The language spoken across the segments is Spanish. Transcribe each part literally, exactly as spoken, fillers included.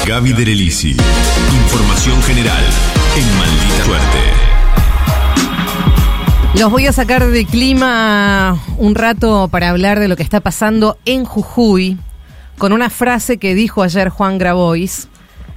Gaby Derelisi. Información general en Maldita Suerte. Los voy a sacar de clima un rato para hablar de lo que está pasando en Jujuy, con una frase que dijo ayer Juan Grabois.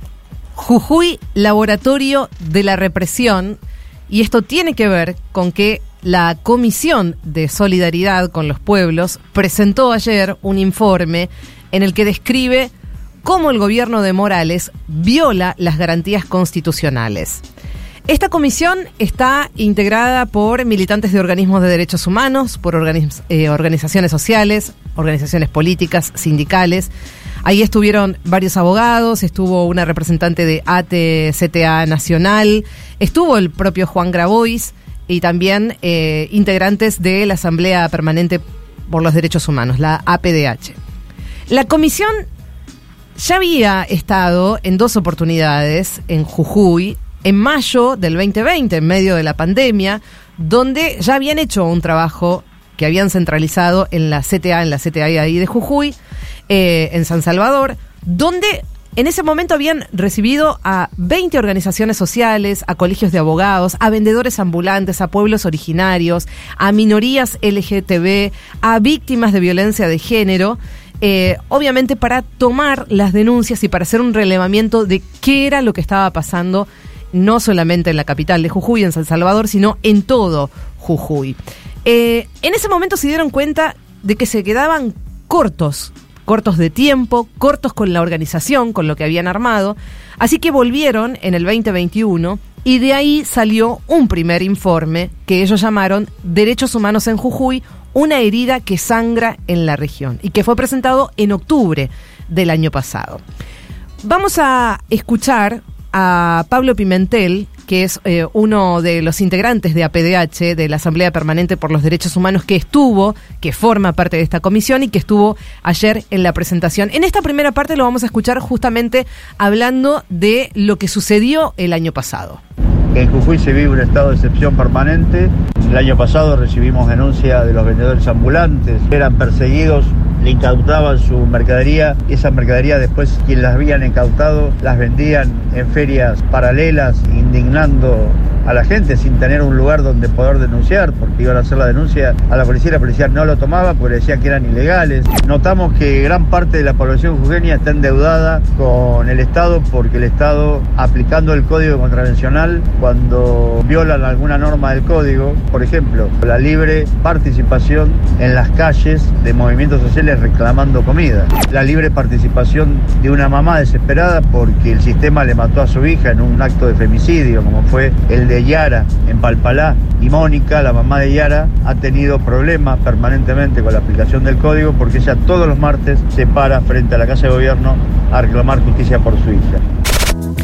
Jujuy, laboratorio de la represión, y esto tiene que ver con que la Comisión de Solidaridad con los Pueblos presentó ayer un informe en el que describe cómo el gobierno de Morales viola las garantías constitucionales. Esta comisión está integrada por militantes de organismos de derechos humanos, por organiz- eh, organizaciones sociales, organizaciones políticas, sindicales. Ahí estuvieron varios abogados, estuvo una representante de A T C T A Nacional, estuvo el propio Juan Grabois y también eh, integrantes de la Asamblea Permanente por los Derechos Humanos, la A P D H. La comisión ya había estado en dos oportunidades en Jujuy, en mayo del veinte veinte, en medio de la pandemia, donde ya habían hecho un trabajo que habían centralizado en la C T A, en la C T A ahí de Jujuy, eh, en San Salvador, donde en ese momento habían recibido a veinte organizaciones sociales, a colegios de abogados, a vendedores ambulantes, a pueblos originarios, a minorías L G T B, a víctimas de violencia de género, eh, obviamente para tomar las denuncias y para hacer un relevamiento de qué era lo que estaba pasando, no solamente en la capital de Jujuy, en San Salvador, sino en todo Jujuy. Eh, en ese momento se dieron cuenta de que se quedaban cortos, cortos de tiempo, cortos con la organización, con lo que habían armado, así que volvieron en el veinte veintiuno y de ahí salió un primer informe que ellos llamaron Derechos Humanos en Jujuy, una herida que sangra en la región, y que fue presentado en octubre del año pasado. Vamos a escuchar a Pablo Pimentel, que es eh, uno de los integrantes de A P D H, de la Asamblea Permanente por los Derechos Humanos, que estuvo, que forma parte de esta comisión y que estuvo ayer en la presentación. En esta primera parte lo vamos a escuchar justamente hablando de lo que sucedió el año pasado. En Jujuy se vive un estado de excepción permanente. El año pasado recibimos denuncia de los vendedores ambulantes, eran perseguidos, le incautaban su mercadería, y esa mercadería después quienes las habían incautado las vendían en ferias paralelas, indignando a la gente sin tener un lugar donde poder denunciar, porque iban a hacer la denuncia a la policía, la policía no lo tomaba porque decían que eran ilegales. Notamos que gran parte de la población jujeña está endeudada con el Estado, porque el Estado, aplicando el Código Contravencional, cuando violan alguna norma del Código, por ejemplo, la libre participación en las calles de movimientos sociales reclamando comida, la libre participación de una mamá desesperada porque el sistema le mató a su hija en un acto de femicidio, como fue el de Yara en Palpalá, y Mónica, la mamá de Yara, ha tenido problemas permanentemente con la aplicación del código porque ella todos los martes se para frente a la Casa de Gobierno a reclamar justicia por su hija.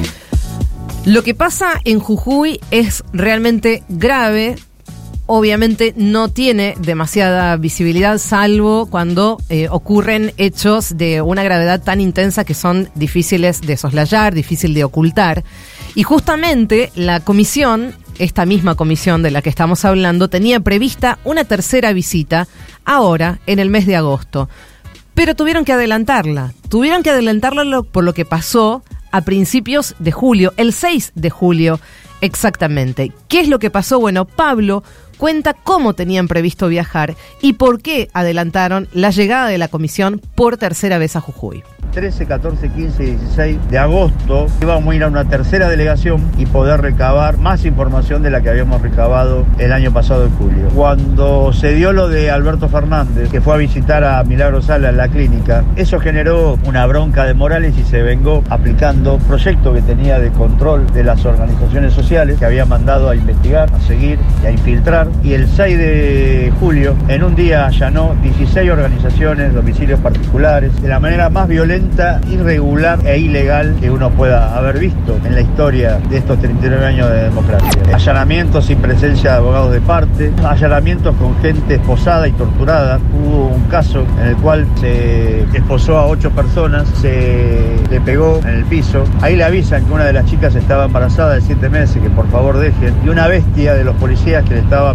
Lo que pasa en Jujuy es realmente grave. Obviamente no tiene demasiada visibilidad, salvo cuando eh, ocurren hechos de una gravedad tan intensa que son difíciles de soslayar, difícil de ocultar. Y justamente la comisión, esta misma comisión de la que estamos hablando, tenía prevista una tercera visita ahora, en el mes de agosto. Pero tuvieron que adelantarla. Tuvieron que adelantarla por lo que pasó a principios de julio, el seis de julio exactamente. ¿Qué es lo que pasó? Bueno, Pablo cuenta cómo tenían previsto viajar y por qué adelantaron la llegada de la comisión por tercera vez a Jujuy. trece, catorce, quince y dieciséis de agosto íbamos a ir a una tercera delegación y poder recabar más información de la que habíamos recabado el año pasado en julio. Cuando se dio lo de Alberto Fernández, que fue a visitar a Milagro Sala en la clínica, eso generó una bronca de Morales y se vengó aplicando proyecto que tenía de control de las organizaciones sociales que había mandado a investigar, a seguir y a infiltrar. Y el seis de julio, en un día, allanó dieciséis organizaciones, domicilios particulares, de la manera más violenta, irregular e ilegal que uno pueda haber visto en la historia de estos treinta y nueve años de democracia. Allanamientos sin presencia de abogados de parte, allanamientos con gente esposada y torturada. Hubo un caso en el cual se esposó a ocho personas, se le pegó en el piso. Ahí le avisan que una de las chicas estaba embarazada de siete meses, que por favor dejen. Y una bestia de los policías que le estaba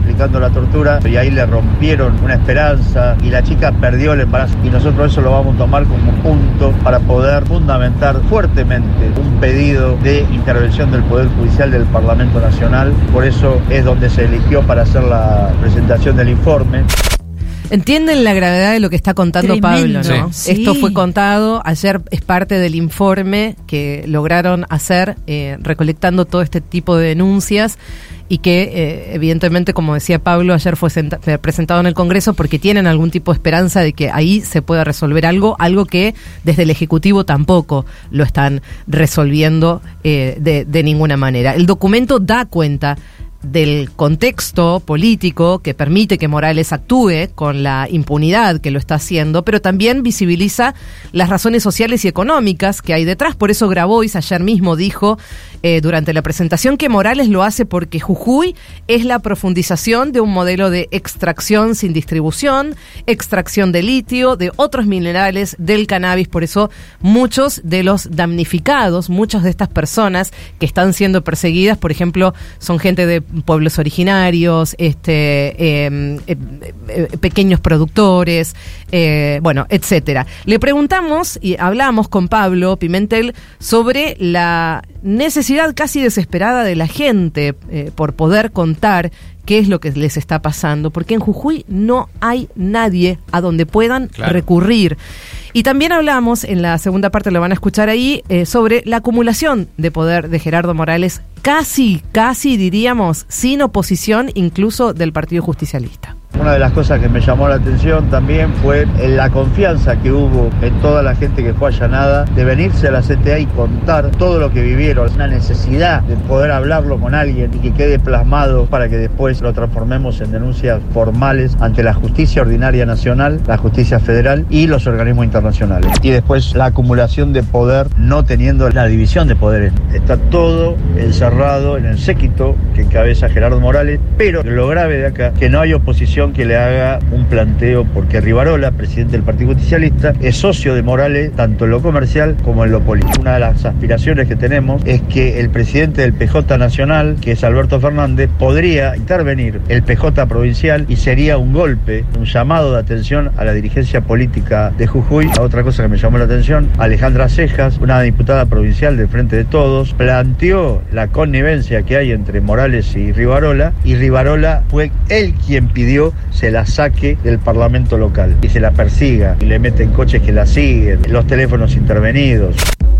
aplicando la tortura y ahí le rompieron una esperanza y la chica perdió el embarazo. Y nosotros eso lo vamos a tomar como punto para poder fundamentar fuertemente un pedido de intervención del Poder Judicial del Parlamento Nacional. Por eso es donde se eligió para hacer la presentación del informe. Entienden la gravedad de lo que está contando Tremendo. Pablo, ¿no? Sí. Esto fue contado, ayer es parte del informe que lograron hacer eh, recolectando todo este tipo de denuncias y que eh, evidentemente, como decía Pablo, ayer fue senta- presentado en el Congreso porque tienen algún tipo de esperanza de que ahí se pueda resolver algo, algo que desde el Ejecutivo tampoco lo están resolviendo eh, de, de ninguna manera. El documento da cuenta del contexto político que permite que Morales actúe con la impunidad que lo está haciendo, pero también visibiliza las razones sociales y económicas que hay detrás. Por eso Grabois ayer mismo dijo eh, durante la presentación que Morales lo hace porque Jujuy es la profundización de un modelo de extracción sin distribución, extracción de litio, de otros minerales, del cannabis. Por eso muchos de los damnificados, muchas de estas personas que están siendo perseguidas, por ejemplo, son gente de pueblos originarios, este, eh, eh, eh, pequeños productores, eh, bueno, etcétera. Le preguntamos y hablamos con Pablo Pimentel sobre la necesidad casi desesperada de la gente eh, por poder contar qué es lo que les está pasando, porque en Jujuy no hay nadie a donde puedan claro. recurrir. Y también hablamos, en la segunda parte lo van a escuchar ahí, eh, sobre la acumulación de poder de Gerardo Morales, casi, casi diríamos, sin oposición incluso del Partido Justicialista. Una de las cosas que me llamó la atención también fue la confianza que hubo en toda la gente que fue allanada de venirse a la C T A y contar todo lo que vivieron. Una necesidad de poder hablarlo con alguien y que quede plasmado para que después lo transformemos en denuncias formales ante la justicia ordinaria nacional, la justicia federal y los organismos internacionales. Y después la acumulación de poder no teniendo la división de poderes. Está todo encerrado en el séquito que encabeza Gerardo Morales, pero lo grave de acá, que no hay oposición que le haga un planteo, porque Rivarola, presidente del Partido Justicialista, es socio de Morales tanto en lo comercial como en lo político. Una de las aspiraciones que tenemos es que el presidente del P J Nacional, que es Alberto Fernández, podría intervenir el P J provincial y sería un golpe, un llamado de atención a la dirigencia política de Jujuy. Otra cosa que me llamó la atención, Alejandra Cejas, una diputada provincial del Frente de Todos, planteó la connivencia que hay entre Morales y Rivarola, y Rivarola fue él quien pidió se la saque del Parlamento local y se la persiga y le meten coches que la siguen, los teléfonos intervenidos.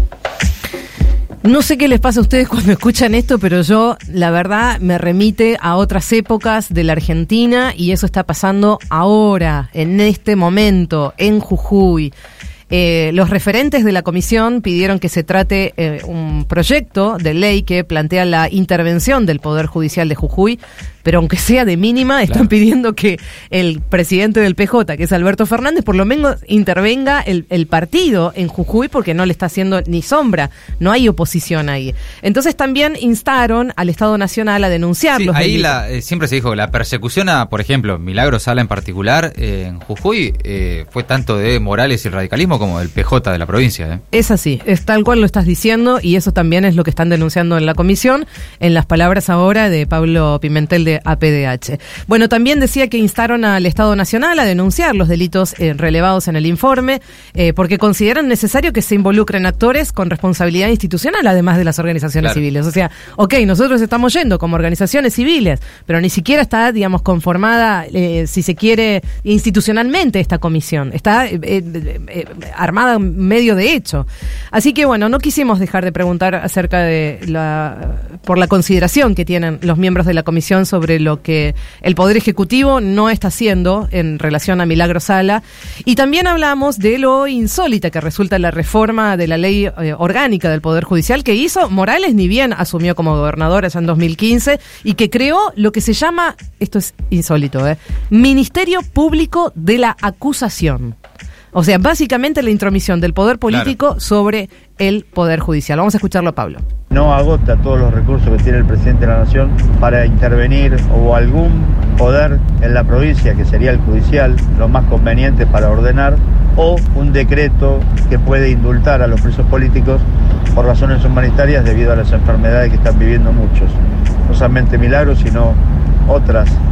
No sé qué les pasa a ustedes cuando escuchan esto, pero yo, la verdad, me remite a otras épocas de la Argentina y eso está pasando ahora, en este momento, en Jujuy. Eh, los referentes de la comisión pidieron que se trate eh, un proyecto de ley que plantea la intervención del Poder Judicial de Jujuy, pero aunque sea de mínima, están claro. pidiendo que el presidente del P J, que es Alberto Fernández, por lo menos intervenga el, el partido en Jujuy porque no le está haciendo ni sombra, no hay oposición ahí. Entonces también instaron al Estado Nacional a denunciar sí, los ahí delitos. La, eh, siempre se dijo que la persecución a, por ejemplo, Milagro Sala en particular, eh, en Jujuy, eh, fue tanto de Morales y el radicalismo como del P J de la provincia. ¿eh? Es así, es tal cual lo estás diciendo y eso también es lo que están denunciando en la comisión, en las palabras ahora de Pablo Pimentel de A P D H. Bueno, también decía que instaron al Estado Nacional a denunciar los delitos eh, relevados en el informe eh, porque consideran necesario que se involucren actores con responsabilidad institucional, además de las organizaciones claro. civiles. O sea, ok, nosotros estamos yendo como organizaciones civiles, pero ni siquiera está, digamos, conformada, eh, si se quiere, institucionalmente esta comisión. Está eh, eh, eh, armada medio de hecho. Así que, bueno, no quisimos dejar de preguntar acerca de la, por la consideración que tienen los miembros de la comisión sobre lo que el Poder Ejecutivo no está haciendo en relación a Milagro Sala. Y también hablamos de lo insólita que resulta la reforma de la ley eh, orgánica del Poder Judicial que hizo Morales, ni bien asumió como gobernador allá en dos mil quince, y que creó lo que se llama, esto es insólito, eh, Ministerio Público de la Acusación. O sea, básicamente la intromisión del poder político claro. sobre el Poder Judicial. Vamos a escucharlo a Pablo. No agota todos los recursos que tiene el presidente de la Nación para intervenir o algún poder en la provincia, que sería el judicial, lo más conveniente para ordenar, o un decreto que puede indultar a los presos políticos por razones humanitarias debido a las enfermedades que están viviendo muchos. No solamente Milagro, sino otras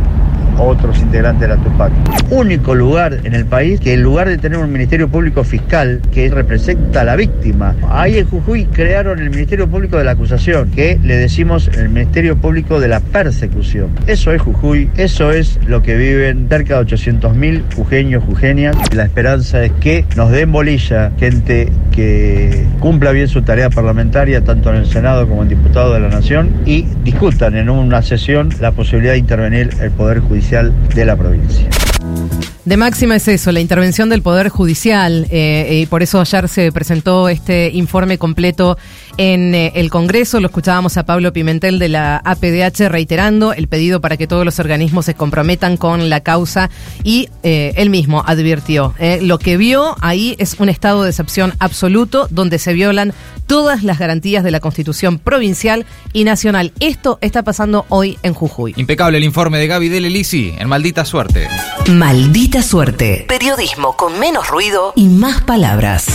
otros integrantes de la Tupac. Único lugar en el país que en lugar de tener un Ministerio Público Fiscal que representa a la víctima, ahí en Jujuy crearon el Ministerio Público de la Acusación, que le decimos el Ministerio Público de la Persecución. Eso es Jujuy, eso es lo que viven cerca de ochocientos mil jujeños, jujeñas. La esperanza es que nos den bolilla gente que cumpla bien su tarea parlamentaria, tanto en el Senado como en Diputados de la Nación, y discutan en una sesión la posibilidad de intervenir el Poder Judicial de la provincia. De máxima es eso, la intervención del Poder Judicial, eh, y por eso ayer se presentó este informe completo en eh, el Congreso. Lo escuchábamos a Pablo Pimentel de la A P D H reiterando el pedido para que todos los organismos se comprometan con la causa y eh, él mismo advirtió, eh, lo que vio ahí es un estado de excepción absoluto donde se violan todas las garantías de la Constitución provincial y nacional. Esto está pasando hoy en Jujuy. Impecable el informe de Gaby Del Elisi en Maldita Suerte. Maldita Suerte. Periodismo con menos ruido y más palabras.